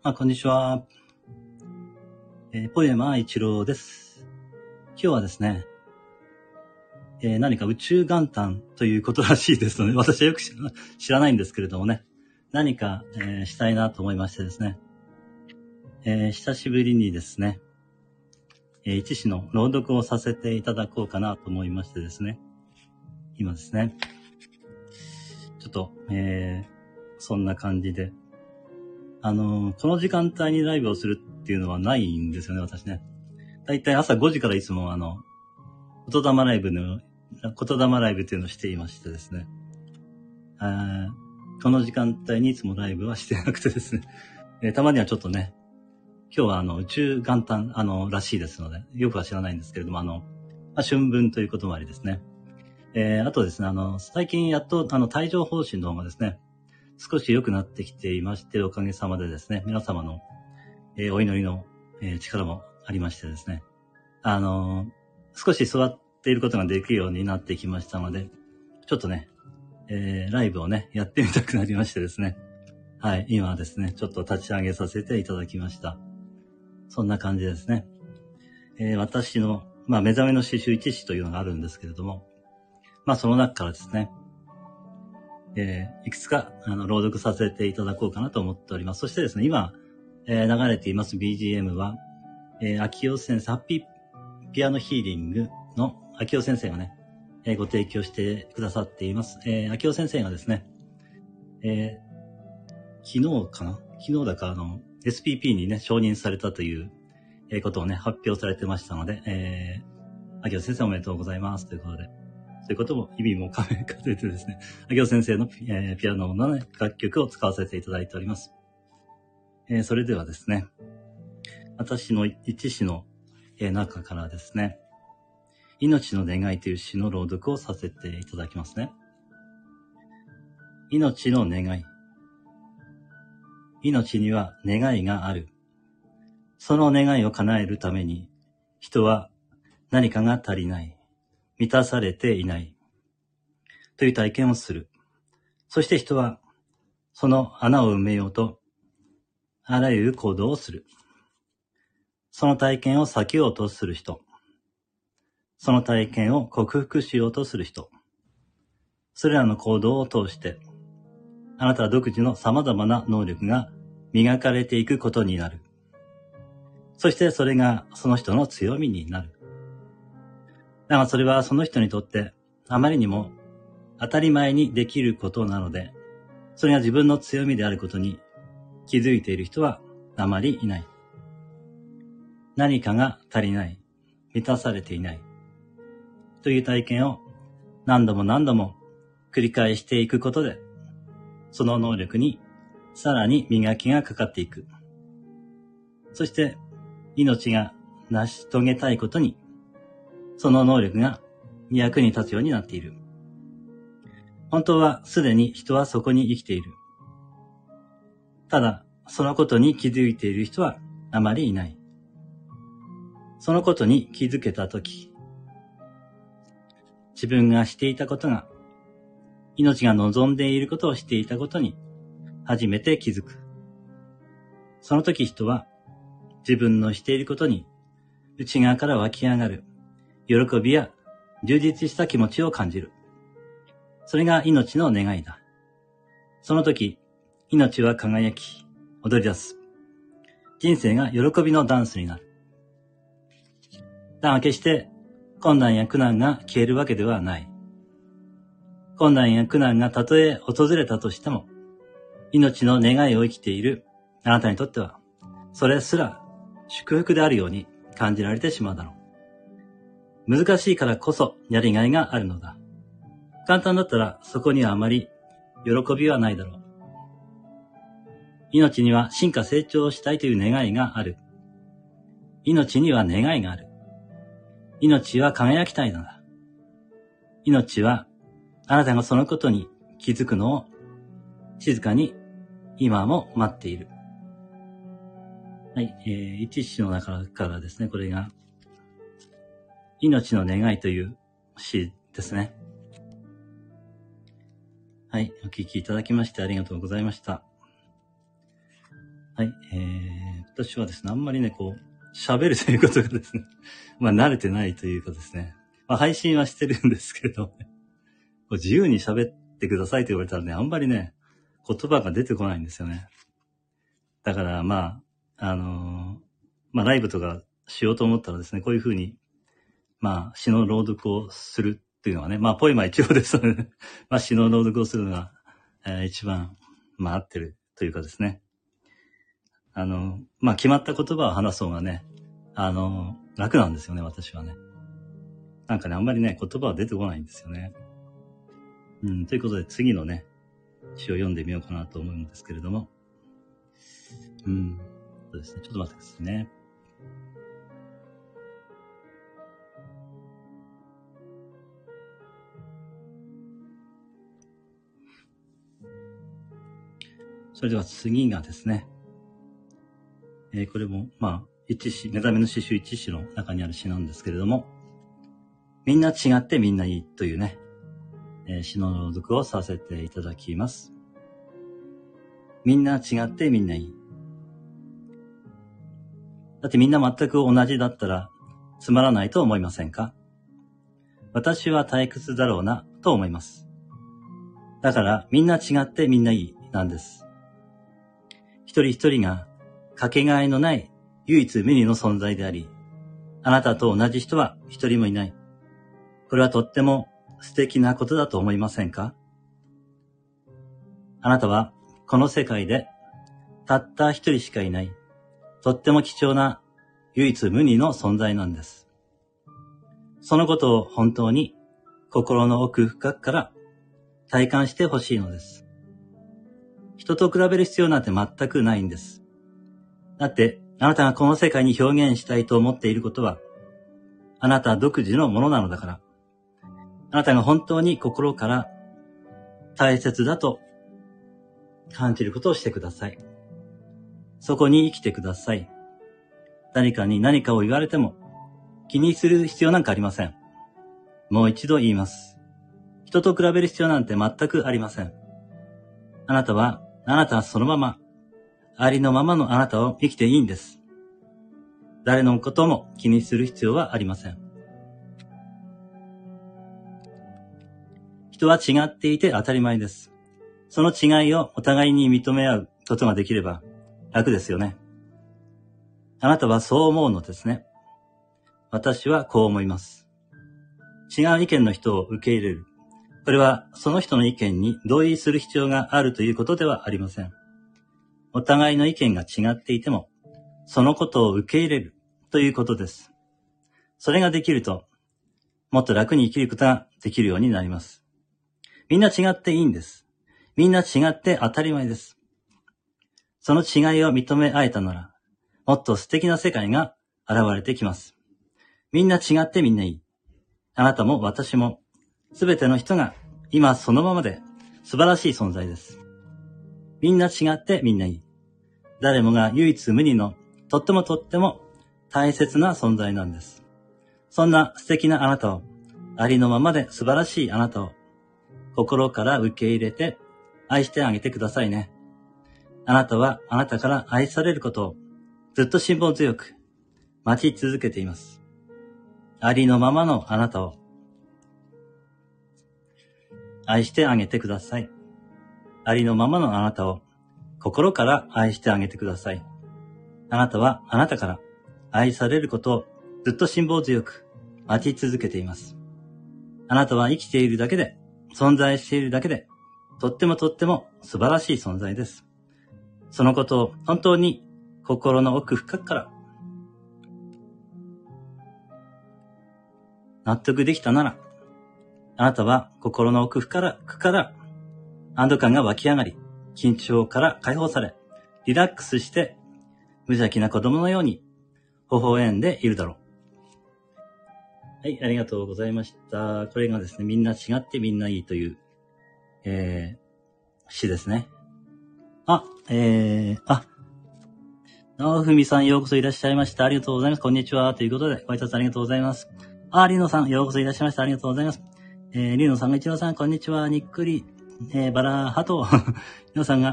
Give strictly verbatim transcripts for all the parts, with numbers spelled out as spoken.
あ、こんにちは。えー、ポエマー一郎です。今日はですね、えー、何か宇宙元旦ということらしいですので、私はよく知ら、知らないんですけれどもね、何か、えー、したいなと思いましてですね、えー、久しぶりにですね、えー、一詩の朗読をさせていただこうかなと思いましてですね、今ですね、ちょっと、えー、そんな感じで、あのー、この時間帯にライブをするっていうのはないんですよね、私ね。だいたい朝ごじからいつもあの、言霊ライブの、言霊ライブっていうのをしていましてですね。あこの時間帯にいつもライブはしてなくてですね。えー、たまにはちょっとね、今日はあの、宇宙元旦、あの、らしいですので、よくは知らないんですけれども、あの、まあ、春分ということもありですね。えー、あとですね、あの、最近やっと、あの、帯状疱疹の方がですね、少し良くなってきていまして、おかげさまでですね、皆様の、えー、お祈りの、えー、力もありましてですね、あのー、少し座っていることができるようになってきましたので、ちょっとね、えー、ライブをね、やってみたくなりましてですね、はい、今はですね、ちょっと立ち上げさせていただきました。そんな感じですね。えー、私の、まあ、目覚めの詩集一詩というのがあるんですけれども、まあ、その中からですね、えー、いくつか、あの、朗読させていただこうかなと思っております。そしてですね、今、えー、流れています ビージーエム は、えー、秋代先生、ハッピーピアノヒーリングの秋代先生がね、えー、ご提供してくださっています。えー、秋代先生がですね、えー、昨日かな昨日だか、あの、エスピーピー にね、承認されたという、えー、ことをね、発表されてましたので、えー、秋代先生おめでとうございますということで、そういうことも意味も兼ねてですね、秋代先生の、えー、ピアノの、ね、楽曲を使わせていただいております。えー、それではですね、私の一詩の、えー、中からですね、命の願いという詩の朗読をさせていただきますね。命の願い。命には願いがある。その願いを叶えるために、人は何かが足りない。満たされていない。という体験をする。そして人は、その穴を埋めようと、あらゆる行動をする。その体験を避けようとする人。その体験を克服しようとする人。それらの行動を通して、あなた独自の様々な能力が磨かれていくことになる。そしてそれがその人の強みになる。だがそれはその人にとってあまりにも当たり前にできることなので、それが自分の強みであることに気づいている人はあまりいない。何かが足りない、満たされていないという体験を何度も何度も繰り返していくことで、その能力にさらに磨きがかかっていく。そして命が成し遂げたいことに、その能力が役に立つようになっている。本当はすでに人はそこに生きている。ただ、そのことに気づいている人はあまりいない。そのことに気づけたとき、自分がしていたことが、命が望んでいることをしていたことに初めて気づく。その時人は自分のしていることに内側から湧き上がる喜びや充実した気持ちを感じる。それが命の願いだ。その時、命は輝き、踊り出す。人生が喜びのダンスになる。だが決して困難や苦難が消えるわけではない。困難や苦難がたとえ訪れたとしても、命の願いを生きているあなたにとっては、それすら祝福であるように感じられてしまうだろう。難しいからこそやりがいがあるのだ。簡単だったらそこにはあまり喜びはないだろう。命には進化成長したいという願いがある。命には願いがある。命は輝きたいのだ。命はあなたがそのことに気づくのを静かに今も待っている。はい、えー、一詩の中からですね、これが命の願いという詩ですね。はい、お聞きいただきましてありがとうございました。はい、え私はですね、あんまりね、こう、喋るということがですね、まあ慣れてないというかですね、まあ配信はしてるんですけど、ね、こう自由に喋ってくださいと言われたらね、あんまりね、言葉が出てこないんですよね。だからまあ、あのー、まあライブとかしようと思ったらですね、こういうふうに、まあ詩の朗読をするっていうのはね、まあポエマ一応ですので、ね、まあ詩の朗読をするのが、えー、一番、まあ合ってるというかですね。あの、まあ決まった言葉を話す方がね、あの、楽なんですよね、私はね。なんかね、あんまりね、言葉は出てこないんですよね。うん、ということで次のね、詩を読んでみようかなと思うんですけれども。うん、そうですね、ちょっと待ってくださいね。それでは次がですね、えー、これも、まあ、一詩、目覚めの詩集一詩の中にある詩なんですけれども、みんな違ってみんないいというね、えー、詩の朗読をさせていただきます。みんな違ってみんないい。だってみんな全く同じだったらつまらないと思いませんか？私は退屈だろうなと思います。だからみんな違ってみんないいなんです。一人一人がかけがえのない唯一無二の存在であり、あなたと同じ人は一人もいない。これはとっても素敵なことだと思いませんか？あなたはこの世界でたった一人しかいない、とっても貴重な唯一無二の存在なんです。そのことを本当に心の奥深くから体感してほしいのです。人と比べる必要なんて全くないんです。だって、あなたがこの世界に表現したいと思っていることは、あなた独自のものなのだから。あなたが本当に心から大切だと感じることをしてください。そこに生きてください。誰かに何かを言われても気にする必要なんかありません。もう一度言います。人と比べる必要なんて全くありません。あなたは、あなたはそのまま、ありのままのあなたを生きていいんです。誰のことも気にする必要はありません。人は違っていて当たり前です。その違いをお互いに認め合うことができれば楽ですよね。あなたはそう思うのですね。私はこう思います。違う意見の人を受け入れる。これはその人の意見に同意する必要があるということではありません。お互いの意見が違っていても、そのことを受け入れるということです。それができると、もっと楽に生きることができるようになります。みんな違っていいんです。みんな違って当たり前です。その違いを認め合えたなら、もっと素敵な世界が現れてきます。みんな違ってみんないい。あなたも私も、すべての人が今そのままで素晴らしい存在です。みんな違ってみんないい。誰もが唯一無二のとってもとっても大切な存在なんです。そんな素敵なあなたを、ありのままで素晴らしいあなたを、心から受け入れて愛してあげてくださいね。あなたはあなたから愛されることをずっと辛抱強く待ち続けています。ありのままのあなたを愛してあげてください。ありのままのあなたを心から愛してあげてください。あなたはあなたから愛されることをずっと辛抱強く待ち続けています。あなたは生きているだけで、存在しているだけで、とってもとっても素晴らしい存在です。そのことを本当に心の奥深くから納得できたなら、あなたは心の奥深くから安堵感が湧き上がり、緊張から解放され、リラックスして無邪気な子供のように微笑んでいるだろう。はい、ありがとうございました。これがですね、みんな違ってみんないいという、えー、詩ですね。あ、えー、あ、直文さんようこそいらっしゃいました。ありがとうございます。こんにちは。ということで、ご挨拶ありがとうございます。あ、リノさんようこそいらっしゃいました。ありがとうございます。えー、リノさんが一郎さん、こんにちは。にっくり、えー、バラハト。リノさんが、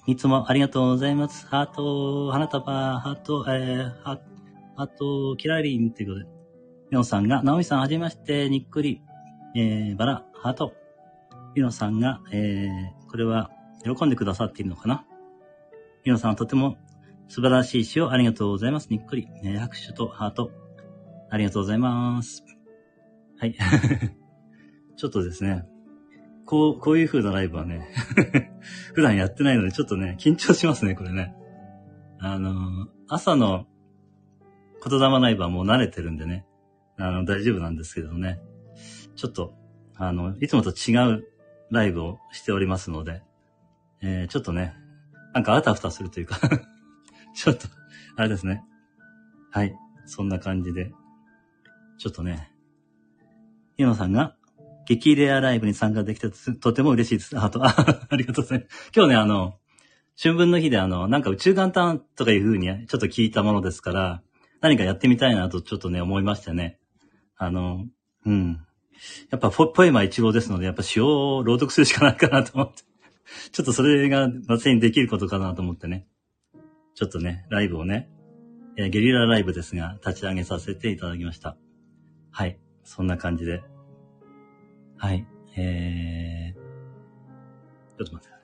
いつもありがとうございます。ハート、花束、ハート、えー、ハート、キラリンということで。みのさんが、なおみさんはじめまして、にっくり、えー、バラ、ハート。みのさんが、えー、これは、喜んでくださっているのかな。みのさんはとても素晴らしい詩をありがとうございます。にっくり、えー、拍手とハート。ありがとうございます。はい。ちょっとですね、こう、こういう風なライブはね、普段やってないのでちょっとね、緊張しますね、これね。あの、朝の言霊ライブはもう慣れてるんでね、あの、大丈夫なんですけどね、ちょっと、あの、いつもと違うライブをしておりますので、えー、ちょっとね、なんかあたふたするというか、ちょっと、あれですね。はい。そんな感じで、ちょっとね、ひのさんが、激レアライブに参加できてとても嬉しいです。あと、あ、ありがとうございます。今日ね、あの、春分の日であの、なんか宇宙元旦とかいう風にちょっと聞いたものですから、何かやってみたいなとちょっとね、思いましてね。あの、うん。やっぱポ、ポエマ一号ですので、やっぱ詩を朗読するしかないかなと思って。ちょっとそれが私にできることかなと思ってね。ちょっとね、ライブをね、えー、ゲリラライブですが、立ち上げさせていただきました。はい。そんな感じで。はい。えー、ちょっと待ってください。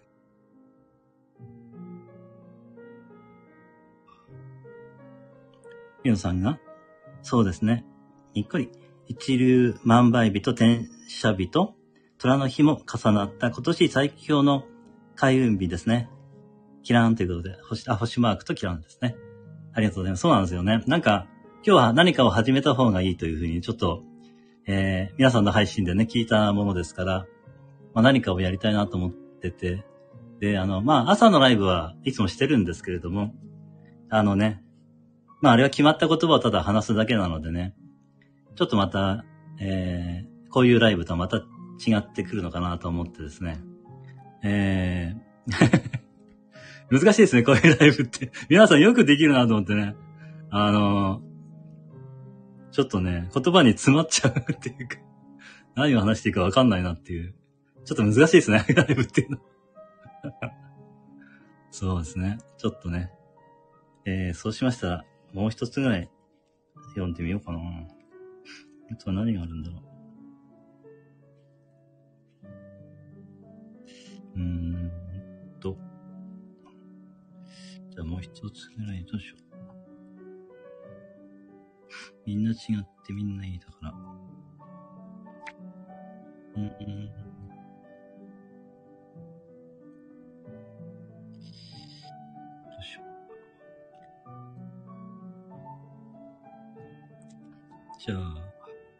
みのさんが、そうですね。にっこり。一流万倍日と天赦日と虎の日も重なった今年最強の開運日ですね。キラーンということで、星、あ、星マークとキラーンですね。ありがとうございます。そうなんですよね。なんか、今日は何かを始めた方がいいというふうに、ちょっと、えー、皆さんの配信でね、聞いたものですから、まあ、何かをやりたいなと思ってて、で、あの、まあ、朝のライブはいつもしてるんですけれども、あのね、まあ、あれは決まった言葉をただ話すだけなのでね、ちょっとまた、えー、こういうライブとはまた違ってくるのかなと思ってですね、えー、難しいですね、こういうライブって。皆さんよくできるなと思ってね。あのー、ちょっとね、言葉に詰まっちゃうっていうか、何を話していいか分かんないなっていう。ちょっと難しいですね、ライブっていうの。そうですね。ちょっとね。えー、そうしましたら、もう一つぐらい読んでみようかな。あとは何があるんだろう。うーんと。じゃあもう一つぐらいどうしよう。みんな違ってみんないいだから。うんうん。どうしよう。じゃあ、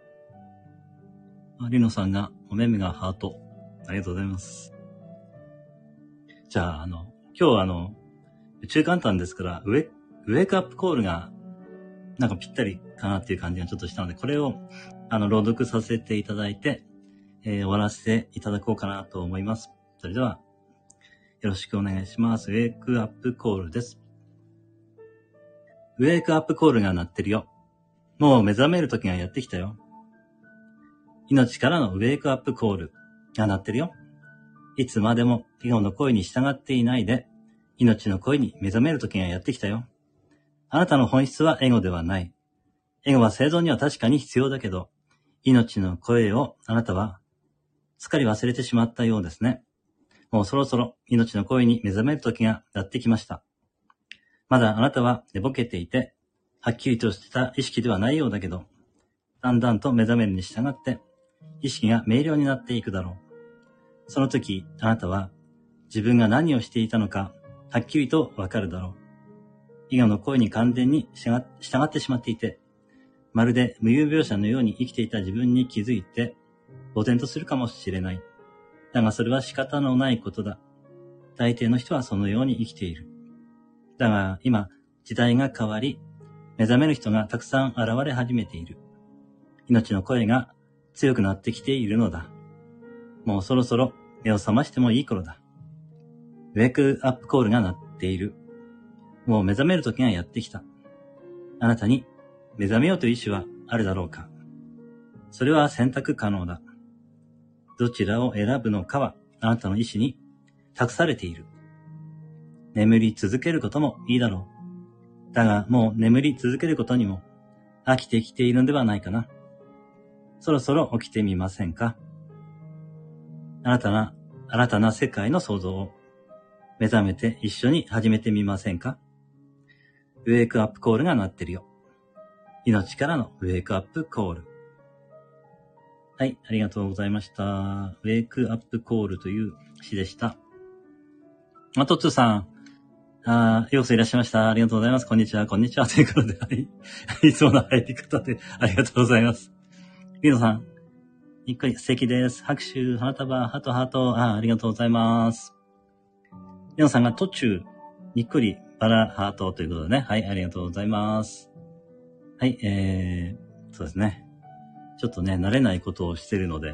あ、リノさんが、お目目がハート。ありがとうございます。じゃあ、あの、今日はあの、宇宙元旦ですから、ウェ、ウェイクアップコールが、なんかぴったりかなっていう感じがちょっとしたので、これを、あの、朗読させていただいて、えー、終わらせていただこうかなと思います。それでは、よろしくお願いします。ウェイクアップコールです。ウェイクアップコールが鳴ってるよ。もう目覚める時がやってきたよ。命からのウェイクアップコールが鳴ってるよ。いつまでもエゴの声に従っていないで、命の声に目覚める時がやってきたよ。あなたの本質はエゴではない。エゴは生存には確かに必要だけど、命の声をあなたはすっかり忘れてしまったようですね。もうそろそろ命の声に目覚める時がやってきました。まだあなたは寝ぼけていて、はっきりとした意識ではないようだけど、だんだんと目覚めるに従って、意識が明瞭になっていくだろう。その時、あなたは自分が何をしていたのか、はっきりとわかるだろう。伊賀の声に完全に従ってしまっていて、まるで無有病者のように生きていた自分に気づいて、呆然とするかもしれない。だがそれは仕方のないことだ。大抵の人はそのように生きている。だが今、時代が変わり、目覚める人がたくさん現れ始めている。命の声が強くなってきているのだ。もうそろそろ目を覚ましてもいい頃だ。ウェイクアップコールが鳴っている。もう目覚める時がやってきた。あなたに目覚めようという意志はあるだろうか。それは選択可能だ。どちらを選ぶのかはあなたの意志に託されている。 眠り続けることもいいだろう。だが、もう眠り続けることにも飽きてきているのではないかな。そろそろ起きてみませんか。新たな、新たな世界の創造を目覚めて一緒に始めてみませんか。ウェイクアップコールが鳴ってるよ。命からのウェイクアップコール。はい、ありがとうございました。ウェイクアップコールという詩でした。あ、トッツーさん。あようこそいらっしゃいました。ありがとうございます。こんにちは、こんにちは。ということで、はい。いつもの入り方でありがとうございます。リノさん。にっこり素敵です。拍手、花束、ハート、ハート。あありがとうございます。リノさんが途中、にっこり、バラ、ハートということでね。はい、ありがとうございます。はい、えー、そうですね。ちょっとね、慣れないことをしてるので。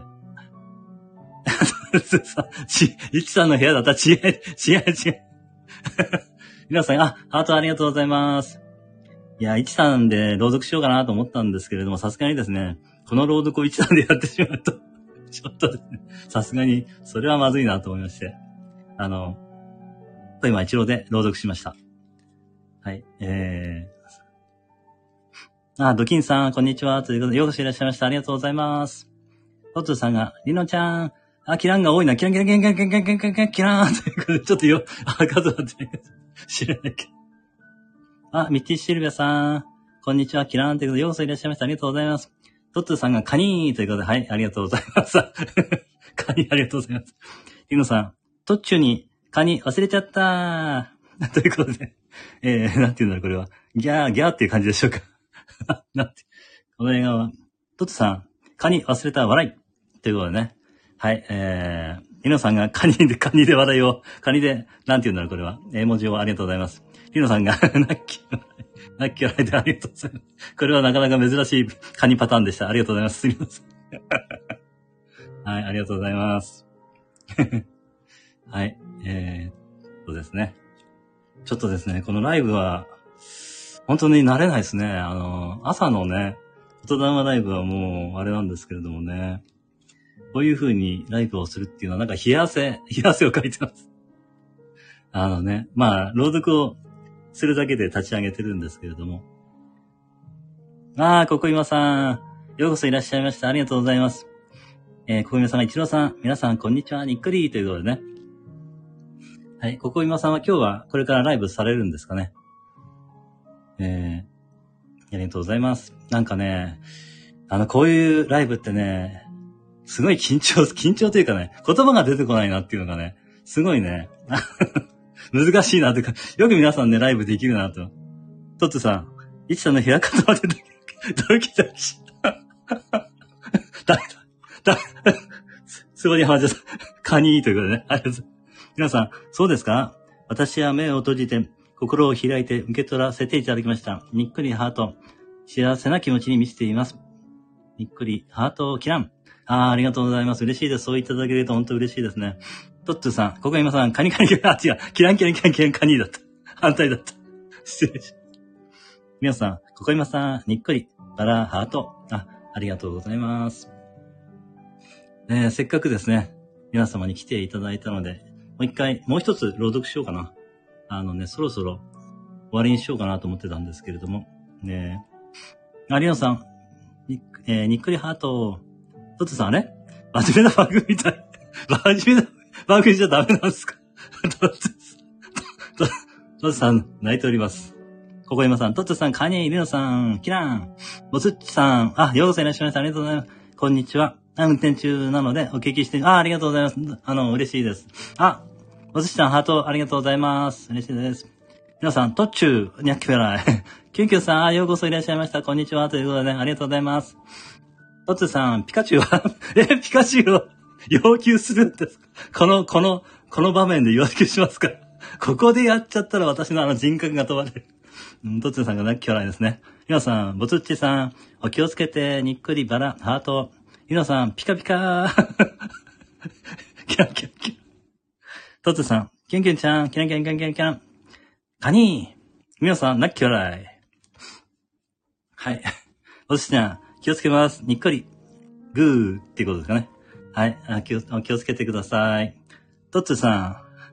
いちさんの部屋だったら違い、違い、違い。皆さん、あ、ハートありがとうございます。いや、いちさんで朗読しようかなと思ったんですけれども、さすがにですね、この朗読をいちさんでやってしまうと、ちょっとですね、さすがに、それはまずいなと思いまして、あの、今一郎で朗読しました。はい、えー、あ、ドキンさん、こんにちは。ということで、ようこそいらっしゃいました。ありがとうございます。トッツーさんが、リノちゃん、あ、キランが多いな。キランキランキランキランキランキランキランキランキランキランということで、ちょっとよ、あ、数は知らないけど。あ、ミッティシルビアさん、こんにちは。キランということで、ようこそいらっしゃいました。ありがとうございます。トッツーさんがカニーということで、はい、ありがとうございます。カニーありがとうございます。リノさん、トッチュにカニ忘れちゃったー。ということで、えー、なんていうんだろう、これは。ギャー、ギャーっていう感じでしょうか。なんて、この映画は、トッツーさん、カニ忘れた笑い。ということでね。はい、えー、リノさんがカニで、カニで笑いを、カニで、なんていうんだろう、これは。絵文字をありがとうございます。リノさんが、ナッキー、ナッキー笑いでありがとうございます。これはなかなか珍しいカニパターンでした。ありがとうございます。すみません。はい、ありがとうございます。はい、えー、そうですね。ちょっとですね、このライブは、本当に慣れないですね。あの、朝のね、言霊ライブはもう、あれなんですけれどもね。こういう風にライブをするっていうのは、なんか冷や汗、冷や汗をかいてます。あのね、まあ、朗読をするだけで立ち上げてるんですけれども。ああ、ここいまさん、ようこそいらっしゃいました。ありがとうございます。えー、ここいまさんが一郎さん、皆さんこんにちは、にっくりということでね。はい、ここいまさんは今日はこれからライブされるんですかね。えー、ありがとうございます。なんかね、あの、こういうライブってね、すごい緊張、緊張というかね、言葉が出てこないなっていうのがね、すごいね、難しいなというか、よく皆さんね、ライブできるなと。トッツさん、いちさんの部屋方までドキドキした。だ、だ、すごい話です。カニーということでね、ありがとうございます。皆さん、そうですか？私は目を閉じて、心を開いて受け取らせていただきました。にっくりハート、幸せな気持ちに満ちています。にっくりハートをキラン。ああ、ありがとうございます。嬉しいです。そう言っていただけると本当嬉しいですね。トッツーさん、ここ今さん、カニカニカニ、あ、違う、キランキランキランキランカニだった。反対だった。失礼します。皆さん、ここ今さん、にっくり、バラ、ハート。あ、ありがとうございます。えー、せっかくですね、皆様に来ていただいたので、もう一回、もう一つ朗読しようかな。あのね、そろそろ終わりにしようかなと思ってたんですけれども。ねえ。あ、リオさん、に,、えー、にっくりハート。トッツーさん、あれ真面目な番組みたい。真面目な番組じゃダメなんですか？トッツーさん、トッツーさん、泣いております。ここ今さん、トッツーさん、カニー、リノさん、キラン、ボスッチさん、あ、ようこそいらっしゃいました。ありがとうございます。こんにちは。運転中なのでお聞きして、あ、ありがとうございます。あの、嬉しいです。あ、ボスッチさん、ハート、ありがとうございます。嬉しいです。皆さん、トッチュー、ニャッキフェライ。キュンキュンさん、あ、ようこそいらっしゃいました。こんにちは。ということでね、ありがとうございます。トッツーさん、ピカチュウはえ、ピカチュウを要求するんですか？この、この、この場面で要求しますから。ここでやっちゃったら私のあの人格が問われる。うん、トッツーさんがナッキフェライですね。皆さん、ボツッチさん、お気をつけて、にっくりバラ、ハート。皆さん、ピカピカー。キラキラキラ。トッツーさん、キュンキュンちゃん、キラキラキラキラキラ。カニー。皆さん、ナッキフェライ。はい。ボツッチちゃん、気をつけます。にっくり。グーっていうことですかね。はい。あ気をお気をつけてください。トッツーさん。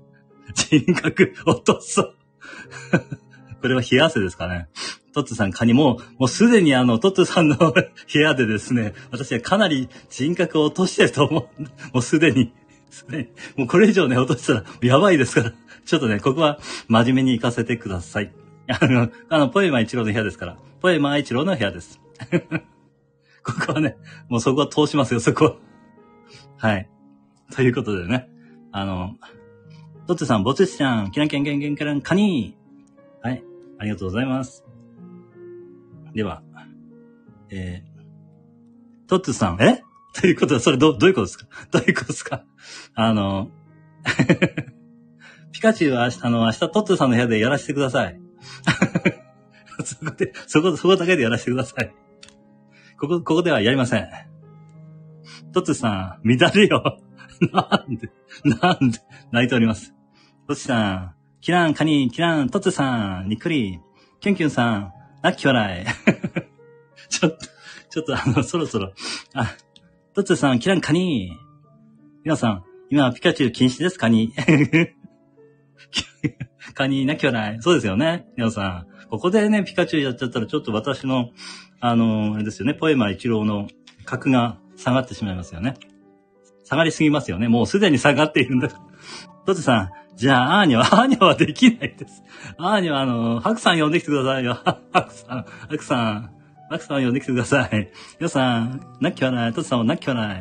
人格落とそう。これは冷や汗ですかね。トッツさん、カニも、もうすでにあの、トッツさんの部屋でですね、私はかなり人格を落としてると思う。もうすでに、すでに、もうこれ以上ね、落としたらやばいですから。ちょっとね、ここは真面目に行かせてください。あの、あの、ポエマ一郎の部屋ですから。ポエマ一郎の部屋です。ここはね、もうそこは通しますよ、そこは。はい。ということでね、あの、トッツさん、ボツシちゃん、キランキャンキャンキャンキャランカニー。はい。ありがとうございます。では、えー、トッツさん、えということは、それど、どういうことですかどういうことですかあの、ピカチュウは、あの、明日トッツさんの部屋でやらせてください。そこで、そこ、そこだけでやらせてください。ここ、ここではやりません。トッツさん、乱れよ。なんで、なんで、泣いております。トッツさん、キラン、カニ、キラン、トッツさん、にっくり、キュンキュンさん、ラッキョライ。ちょっと、ちょっとあの、そろそろ、あ、トッツさん、キラン、カニ。皆さん、今はピカチュウ禁止です、カニ。カニ、ラッキョライ。そうですよね、皆さん。ここでね、ピカチュウやっちゃったら、ちょっと私の、あの、あれですよね、ポエマ一郎の格が下がってしまいますよね。下がりすぎますよね。もうすでに下がっているんだ。トッツさん、じゃあ、アーニャは、アーニャはできないです。アーニャは、あの、ハクさん呼んできてくださいよ。ハクさん、ハクさん、ハクさん呼んできてください。皆さん、なっきゃない。トッツさんもなっきゃない。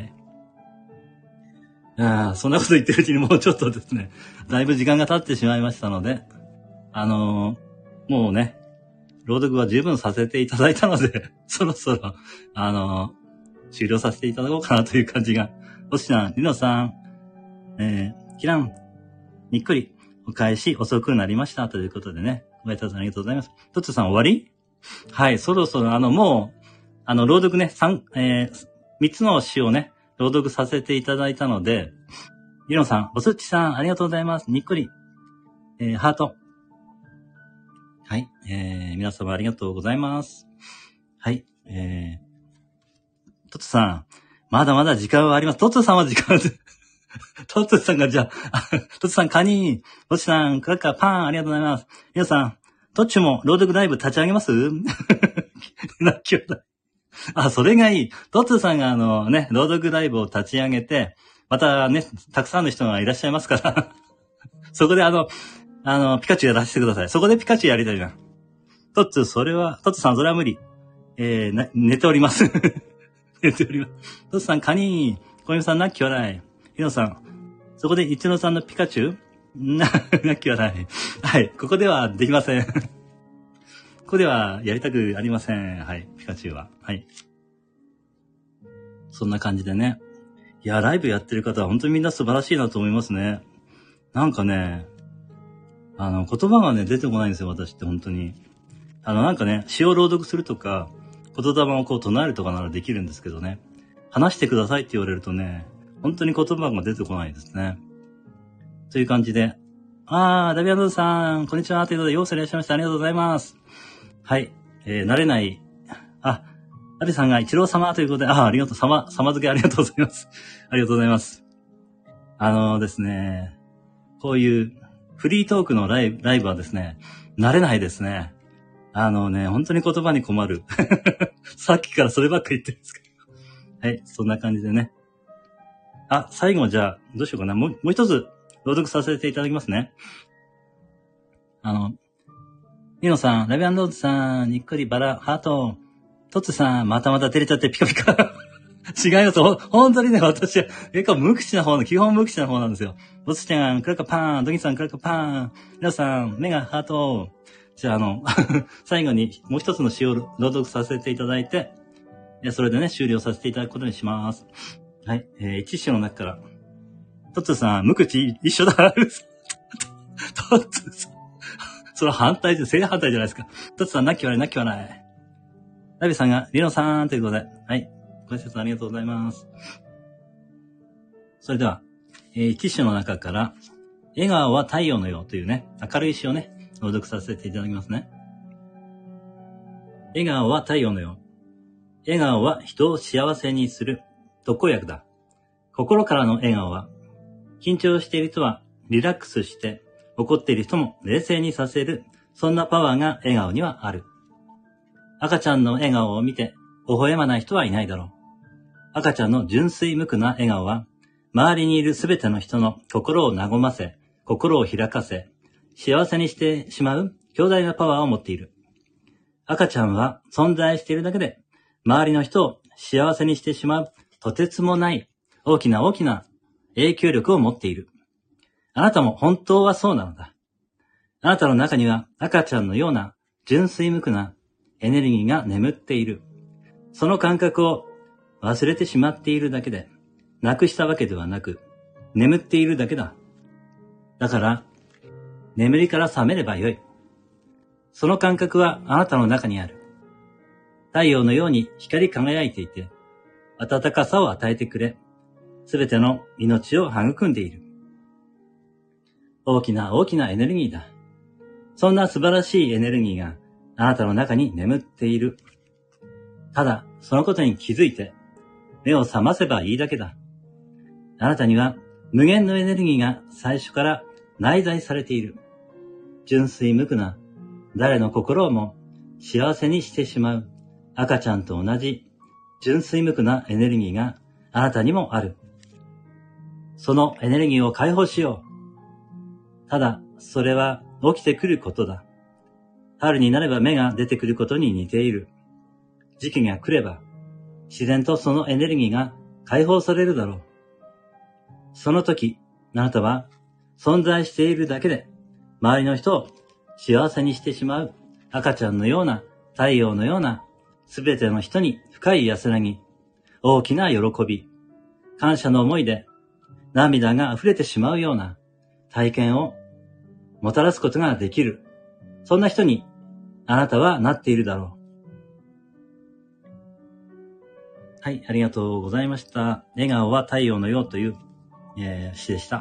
ああ、そんなこと言ってるうちにもうちょっとですね、だいぶ時間が経ってしまいましたので、あのー、もうね、朗読は十分させていただいたので、そろそろ、あのー、終了させていただこうかなという感じが。トシさん、リノさん、えー、キラン、にっくり、お返し遅くなりましたということでね。ご挨拶ありがとうございます。トッツさん終わり？はい、そろそろあのもう、あの朗読ね、三、えー、三つの詩をね、朗読させていただいたので、リノさん、おすっちさん、ありがとうございます。にっくり、えー、ハート。はい、えー、皆様ありがとうございます。はい、えー、トッツさん、まだまだ時間はあります。トッツさんは時間は、トッツさんがじゃあ、トッツさんカニ、トッツさんクラッカーパン、ありがとうございます。皆さん、トッチも朗読ライブ立ち上げますなっきょだ。あ、それがいい。トッツさんがあのね、朗読ライブを立ち上げて、またね、たくさんの人がいらっしゃいますから、そこであの、あの、ピカチュウやらせてください。そこでピカチュウやりたいな。トッツ、それは、トッツさんそれは無理。えー、な寝ております。寝ております。トッツさんカニ、小泉さんなっきょらい。ひのさん、そこで一野さんのピカチュウな、なきはない。はい。ここではできません。ここではやりたくありません。はい。ピカチュウは。はい。そんな感じでね。いや、ライブやってる方は本当にみんな素晴らしいなと思いますね。なんかね、あの、言葉がね、出てこないんですよ、私って本当に。あの、なんかね、詩を朗読するとか、言霊をこう唱えるとかならできるんですけどね。話してくださいって言われるとね、本当に言葉が出てこないですね。という感じで。あー、ダビアンドさん、こんにちは。ということで、ようこそいらっしゃいました。ありがとうございます。はい。えー、慣れない。あ、ダビさんが一郎様ということで、あー、ありがとう。様、様付けありがとうございます。ありがとうございます。あのー、ですね、こういうフリートークのライブ、ライブはですね、慣れないですね。あのね、本当に言葉に困る。さっきからそればっかり言ってるんですけど。はい、そんな感じでね。あ、最後じゃあ、どうしようかな。もう、もう一つ、朗読させていただきますね。あの、ニノさん、ラビアンドーズさん、にっくりバラ、ハート、トッツさん、またまた照れちゃってピカピカ。違います。ほ、本当にね、私は結構無口な方の、基本無口な方なんですよ。ボスちゃん、クラッカパーン、ドギさん、クラッカパーン、皆さん、メガ、ハート。じゃあ、あの、最後にもう一つの詩を朗読させていただいて、それでね、終了させていただくことにします。はい、えー、一詩の中から、トッツさん、無口一緒だ。トッツさん。それ反対で、正反対じゃないですか。トッツさん、なきはない、なきはない。ラビさんが、リノさんということで、はい。ご挨拶ありがとうございます。それでは、えー、一詩の中から、笑顔は太陽のようというね、明るい詩をね、朗読させていただきますね。笑顔は太陽のよう。笑顔は人を幸せにする特効薬だ。心からの笑顔は、緊張している人はリラックスして怒っている人も冷静にさせる、そんなパワーが笑顔にはある。赤ちゃんの笑顔を見て、微笑まない人はいないだろう。赤ちゃんの純粋無垢な笑顔は、周りにいるすべての人の心を和ませ、心を開かせ、幸せにしてしまう強大なパワーを持っている。赤ちゃんは存在しているだけで、周りの人を幸せにしてしまう、とてつもない大きな大きな影響力を持っている。あなたも本当はそうなのだ。あなたの中には赤ちゃんのような純粋無垢なエネルギーが眠っている。その感覚を忘れてしまっているだけで、なくしたわけではなく、眠っているだけだ。だから、眠りから覚めればよい。その感覚はあなたの中にある。太陽のように光り輝いていて、暖かさを与えてくれ、すべての命を育んでいる。大きな大きなエネルギーだ。そんな素晴らしいエネルギーがあなたの中に眠っている。ただ、そのことに気づいて、目を覚ませばいいだけだ。あなたには無限のエネルギーが最初から内在されている。純粋無垢な誰の心をも幸せにしてしまう赤ちゃんと同じ純粋無垢なエネルギーがあなたにもある。そのエネルギーを解放しよう。ただ、それは起きてくることだ。春になれば芽が出てくることに似ている。時期が来れば、自然とそのエネルギーが解放されるだろう。その時、あなたは存在しているだけで、周りの人を幸せにしてしまう赤ちゃんのような、太陽のような、すべての人に深い安らぎ、大きな喜び、感謝の思いで涙が溢れてしまうような体験をもたらすことができる。そんな人にあなたはなっているだろう。はい、ありがとうございました。笑顔は太陽のようという、えー、詩でした。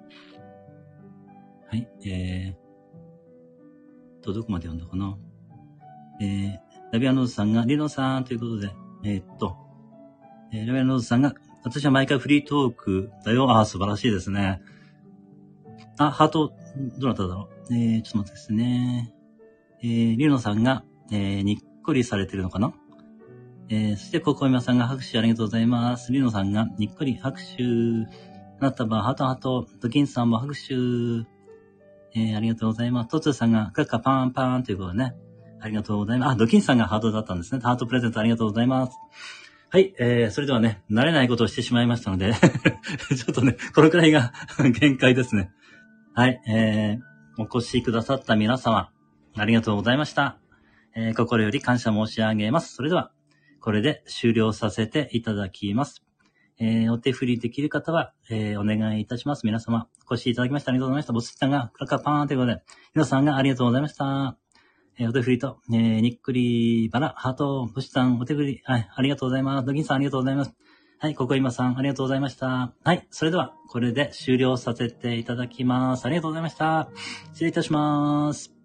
はい、えー、と、どこまで読んだかな。えー、ラビアノーズさんが、リノさんということで、えー、っと、えー、ラビアノーズさんが、私は毎回フリートークだよ。ああ、素晴らしいですね。あ、ハート、どなただろう。えー、ちょっと待ってですね。えー、リノさんが、えー、にっこりされてるのかな。えー、そして、ココイマさんが拍手ありがとうございます。リノさんがにっこり拍手。なったば、ハトハト。ドキンさんも拍手。えー、ありがとうございます。トツーさんがカッカパンパンということでね。ありがとうございます。あ、ドキンさんがハートだったんですね。ハートプレゼントありがとうございます。はい、えー、それではね、慣れないことをしてしまいましたので、ちょっとね、このくらいが限界ですね。はい、えー、お越しくださった皆様、ありがとうございました。えー、心より感謝申し上げます。それでは、これで終了させていただきます。えー、お手振りできる方は、えー、お願いいたします。皆様、お越しいただきましてありがとうございました。ボスさんがカカパーンということで、皆さんがありがとうございました。えー、お手振りと、えー、にっくりバラ、ハート、ボスさん、お手振り、はい、ありがとうございます。ドキンさん、ありがとうございます。はい、ココイマさん、ありがとうございました。はい、それでは、これで終了させていただきます。ありがとうございました。失礼いたします。